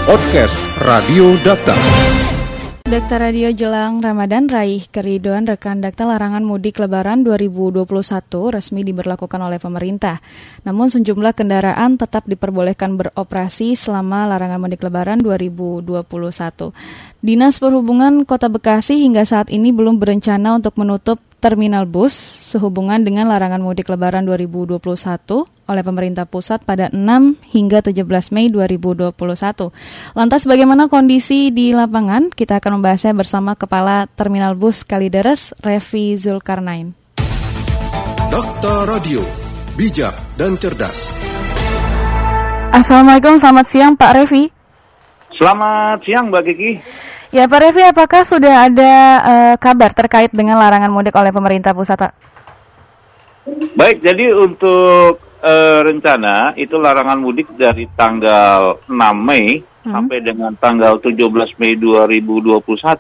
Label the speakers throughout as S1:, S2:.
S1: Podcast Radio Dakta.
S2: Dakta Radio jelang Ramadan raih keridoan rekan Dakta larangan mudik Lebaran 2021 resmi diberlakukan oleh pemerintah. Namun sejumlah kendaraan tetap diperbolehkan beroperasi selama larangan mudik Lebaran 2021. Dinas Perhubungan Kota Bekasi hingga saat ini belum berencana untuk menutup terminal bus sehubungan dengan larangan mudik Lebaran 2021 oleh pemerintah pusat pada 6 hingga 17 Mei 2021. Lantas bagaimana kondisi di lapangan? Kita akan membahasnya bersama Kepala Terminal Bus Kalideres, Revi Zulkarnain.
S1: Dakta Radio, bijak dan cerdas.
S2: Assalamualaikum, selamat siang Pak Revi.
S3: Selamat siang Mbak Kiki.
S2: Ya Pak Revi, apakah sudah ada kabar terkait dengan larangan mudik oleh pemerintah pusat, Pak?
S3: Baik, jadi untuk rencana itu larangan mudik dari tanggal 6 Mei sampai dengan tanggal 17 Mei 2021.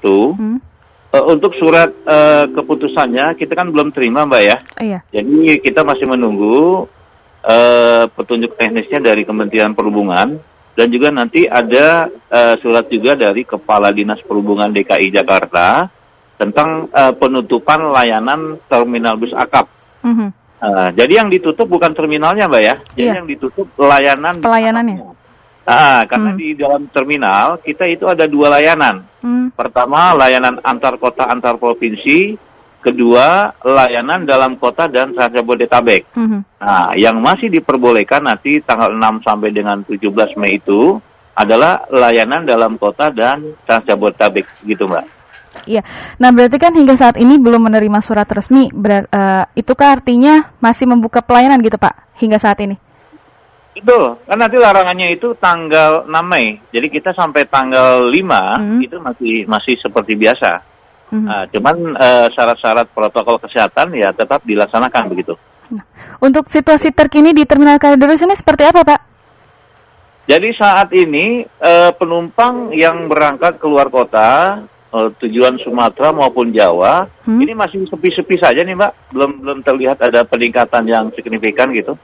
S3: Untuk surat keputusannya kita kan belum terima Mbak ya.
S2: Iya.
S3: Jadi kita masih menunggu petunjuk teknisnya dari Kementerian Perhubungan. Dan juga nanti ada surat juga dari Kepala Dinas Perhubungan DKI Jakarta tentang penutupan layanan terminal bus akap. Jadi yang ditutup bukan terminalnya Mbak ya, jadi yang ditutup
S2: pelayanannya.
S3: Karena di dalam terminal kita itu ada dua layanan. Pertama layanan antar kota antar provinsi, kedua layanan dalam kota dan Jabodetabek. Nah, yang masih diperbolehkan nanti tanggal 6 sampai dengan 17 Mei itu adalah layanan dalam kota dan Jabodetabek gitu Mbak.
S2: Iya. Nah, berarti kan hingga saat ini belum menerima surat resmi. Itukah artinya masih membuka pelayanan gitu Pak hingga saat ini?
S3: Betul, kan nanti larangannya itu tanggal 6 Mei. Jadi kita sampai tanggal 5 itu masih seperti biasa. Nah, cuman syarat-syarat protokol kesehatan ya tetap dilaksanakan begitu.
S2: Nah, untuk situasi terkini di Terminal Kalideres ini seperti apa Pak?
S3: Jadi saat ini penumpang yang berangkat keluar kota tujuan Sumatera maupun Jawa ini masih sepi-sepi saja nih Mbak, belum terlihat ada peningkatan yang signifikan gitu.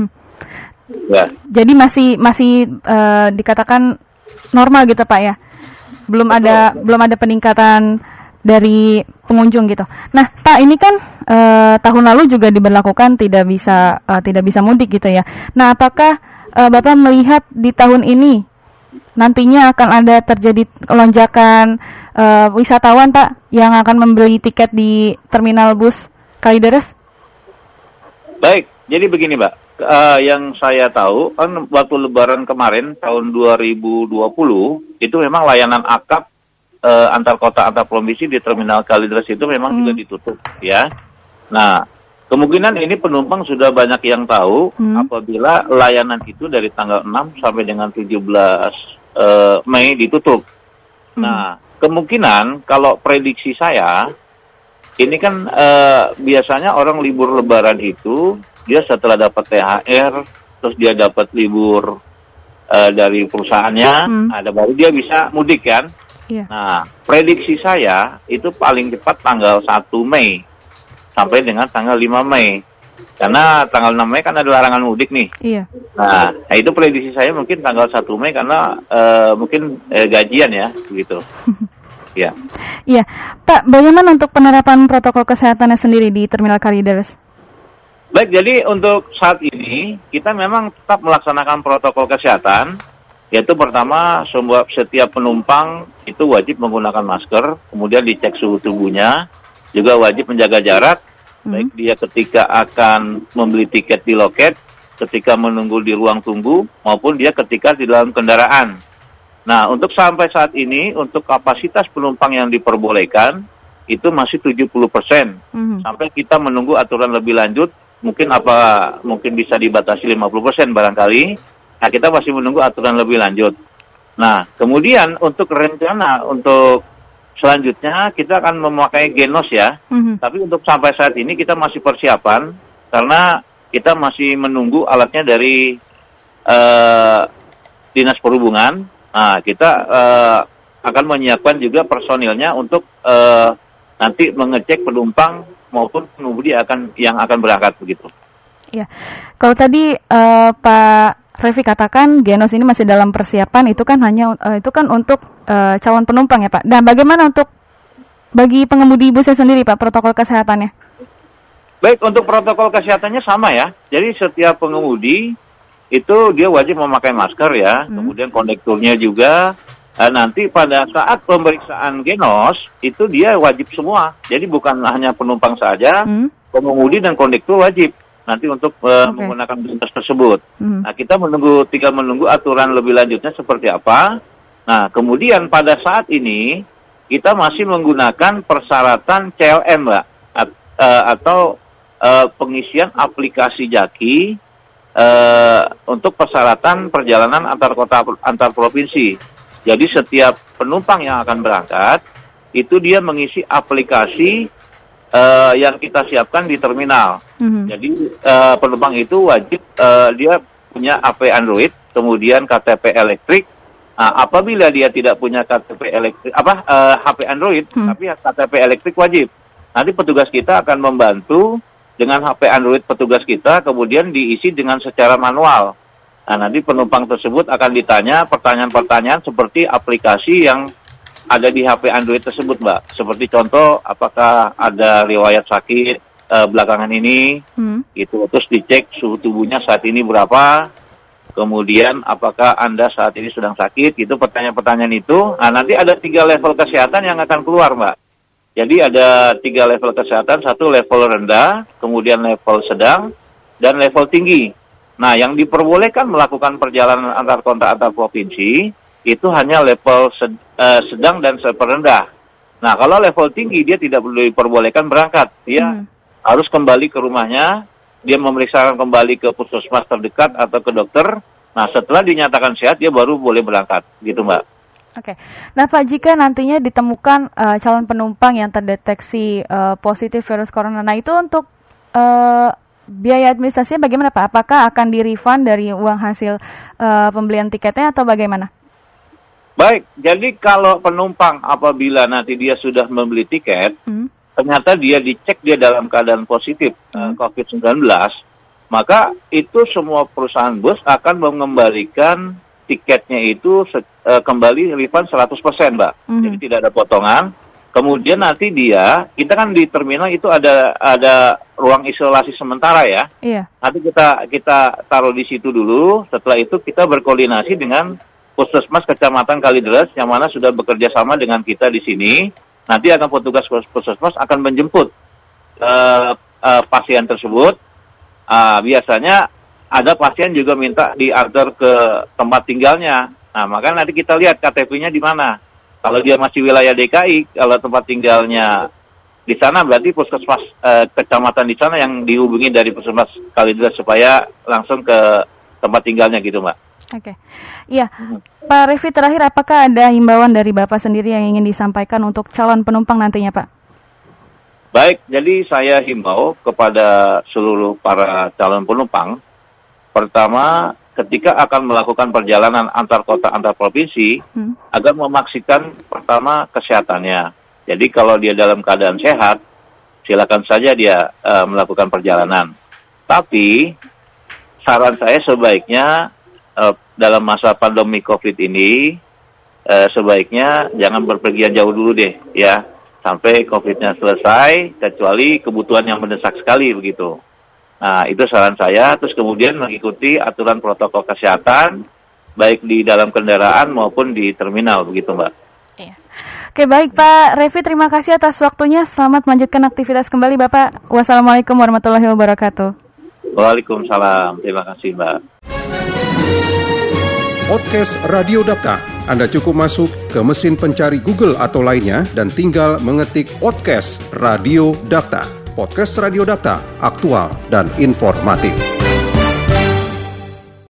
S3: Ya. Jadi
S2: masih dikatakan normal gitu Pak ya, belum ada peningkatan dari pengunjung gitu. Nah, Pak, ini kan tahun lalu juga diberlakukan tidak bisa mudik gitu ya. Nah, apakah Bapak melihat di tahun ini nantinya akan ada terjadi lonjakan wisatawan Pak yang akan membeli tiket di terminal bus Kalideres?
S3: Baik, jadi begini Mbak, yang saya tahu kan waktu Lebaran kemarin tahun 2020 itu memang layanan akap antar kota antar provinsi di terminal Kalideres itu memang juga ditutup ya. Nah, kemungkinan ini penumpang sudah banyak yang tahu apabila layanan itu dari tanggal 6 sampai dengan 17 Mei ditutup. Nah, kemungkinan kalau prediksi saya ini kan biasanya orang libur Lebaran itu dia setelah dapat THR terus dia dapat libur dari perusahaannya, ada baru dia bisa mudik kan.
S2: Yeah.
S3: Nah, prediksi saya itu paling cepat tanggal 1 Mei sampai dengan tanggal 5 Mei. Karena tanggal 6 Mei kan ada larangan mudik nih.
S2: Iya.
S3: Nah, itu prediksi saya mungkin tanggal 1 Mei karena mungkin gajian ya, begitu. Ya.
S2: Iya. Pak, bagaimana untuk penerapan protokol kesehatannya sendiri di Terminal Kalideres?
S3: Baik, jadi untuk saat ini kita memang tetap melaksanakan protokol kesehatan. Yaitu pertama, setiap penumpang itu wajib menggunakan masker, kemudian dicek suhu tubuhnya, juga wajib menjaga jarak, baik dia ketika akan membeli tiket di loket, ketika menunggu di ruang tunggu, maupun dia ketika di dalam kendaraan. Nah, untuk sampai saat ini, untuk kapasitas penumpang yang diperbolehkan, itu masih 70%. Sampai kita menunggu aturan lebih lanjut, mungkin bisa dibatasi 50% barangkali. Nah, kita masih menunggu aturan lebih lanjut. Nah, kemudian untuk rencana untuk selanjutnya kita akan memakai Genos ya. Tapi untuk sampai saat ini kita masih persiapan karena kita masih menunggu alatnya dari Dinas Perhubungan. Nah, kita akan menyiapkan juga personilnya untuk nanti mengecek penumpang maupun pengemudi yang akan berangkat begitu.
S2: Ya, kalau tadi Pak Revi katakan Genos ini masih dalam persiapan, itu kan untuk calon penumpang ya Pak. Dan bagaimana untuk bagi pengemudi busnya sendiri Pak, protokol kesehatannya?
S3: Baik, untuk protokol kesehatannya sama ya. Jadi setiap pengemudi itu dia wajib memakai masker ya. Kemudian kondekturnya juga. Nanti pada saat pemeriksaan Genos itu dia wajib semua. Jadi bukan hanya penumpang saja, pengemudi dan kondektur wajib nanti untuk menggunakan Genos tersebut. Nah, kita tinggal menunggu aturan lebih lanjutnya seperti apa. Nah, kemudian pada saat ini kita masih menggunakan persyaratan CLM, Mbak, atau pengisian aplikasi Jaki untuk persyaratan perjalanan antar kota antar provinsi. Jadi setiap penumpang yang akan berangkat itu dia mengisi aplikasi yang kita siapkan di terminal. Jadi penumpang itu wajib dia punya HP Android, kemudian KTP elektrik. Apabila dia tidak punya KTP elektrik HP Android, tapi KTP elektrik wajib. Nanti petugas kita akan membantu dengan HP Android petugas kita, kemudian diisi dengan secara manual. Nah, nanti penumpang tersebut akan ditanya pertanyaan-pertanyaan seperti aplikasi yang ada di HP Android tersebut, Mbak. Seperti contoh, apakah ada riwayat sakit belakangan ini, gitu. Terus dicek suhu tubuhnya saat ini berapa, kemudian apakah Anda saat ini sedang sakit, gitu pertanyaan-pertanyaan itu. Nah, nanti ada 3 level kesehatan yang akan keluar, Mbak. Jadi ada 3 level kesehatan, 1 level rendah, kemudian level sedang, dan level tinggi. Nah, yang diperbolehkan melakukan perjalanan antar kota antar provinsi itu hanya level sedang dan rendah. Nah, kalau level tinggi dia tidak perlu diperbolehkan berangkat. Dia harus kembali ke rumahnya, dia memeriksakan kembali ke puskesmas terdekat atau ke dokter. Nah, setelah dinyatakan sehat dia baru boleh berangkat, gitu Mbak.
S2: Oke. Nah, Pak, jika nantinya ditemukan calon penumpang yang terdeteksi positif virus corona, nah itu untuk biaya administrasinya bagaimana Pak? Apakah akan di-refund dari uang hasil pembelian tiketnya atau bagaimana?
S3: Baik, jadi kalau penumpang apabila nanti dia sudah membeli tiket, ternyata dia dicek dia dalam keadaan positif COVID-19, maka itu semua perusahaan bus akan mengembalikan tiketnya itu kembali refund 100%, Mbak. Jadi tidak ada potongan. Kemudian nanti kita kan di terminal itu ada ruang isolasi sementara ya. Iya. Nanti kita taruh di situ dulu. Setelah itu kita berkoordinasi dengan Puskesmas Kecamatan Kalideres yang mana sudah bekerja sama dengan kita di sini. Nanti akan petugas Puskesmas akan menjemput pasien tersebut. Biasanya ada pasien juga minta diantar ke tempat tinggalnya. Nah, maka nanti kita lihat KTP-nya di mana. Kalau dia masih wilayah DKI, kalau tempat tinggalnya di sana berarti puskesmas kecamatan di sana yang dihubungi dari puskesmas Kalideres supaya langsung ke tempat tinggalnya gitu, Mbak.
S2: Oke. Iya. Pak Revi, terakhir apakah ada himbauan dari Bapak sendiri yang ingin disampaikan untuk calon penumpang nantinya, Pak?
S3: Baik, jadi saya himbau kepada seluruh para calon penumpang. Pertama, ketika akan melakukan perjalanan antar kota antar provinsi, agar memastikan pertama kesehatannya. Jadi kalau dia dalam keadaan sehat, silakan saja dia melakukan perjalanan. Tapi saran saya sebaiknya dalam masa pandemi COVID ini sebaiknya jangan berpergian jauh dulu deh, ya, sampai COVID-nya selesai, kecuali kebutuhan yang mendesak sekali begitu. Nah, itu saran saya. Terus kemudian mengikuti aturan protokol kesehatan, baik di dalam kendaraan maupun di terminal, begitu Mbak.
S2: Iya. Oke, baik Pak Revi, terima kasih atas waktunya. Selamat melanjutkan aktivitas kembali Bapak. Wassalamualaikum warahmatullahi wabarakatuh.
S3: Waalaikumsalam, terima kasih Mbak.
S1: Podcast Radio Data. Anda cukup masuk ke mesin pencari Google atau lainnya dan tinggal mengetik podcast Radio Data. Podcast Radio Data, aktual dan informatif.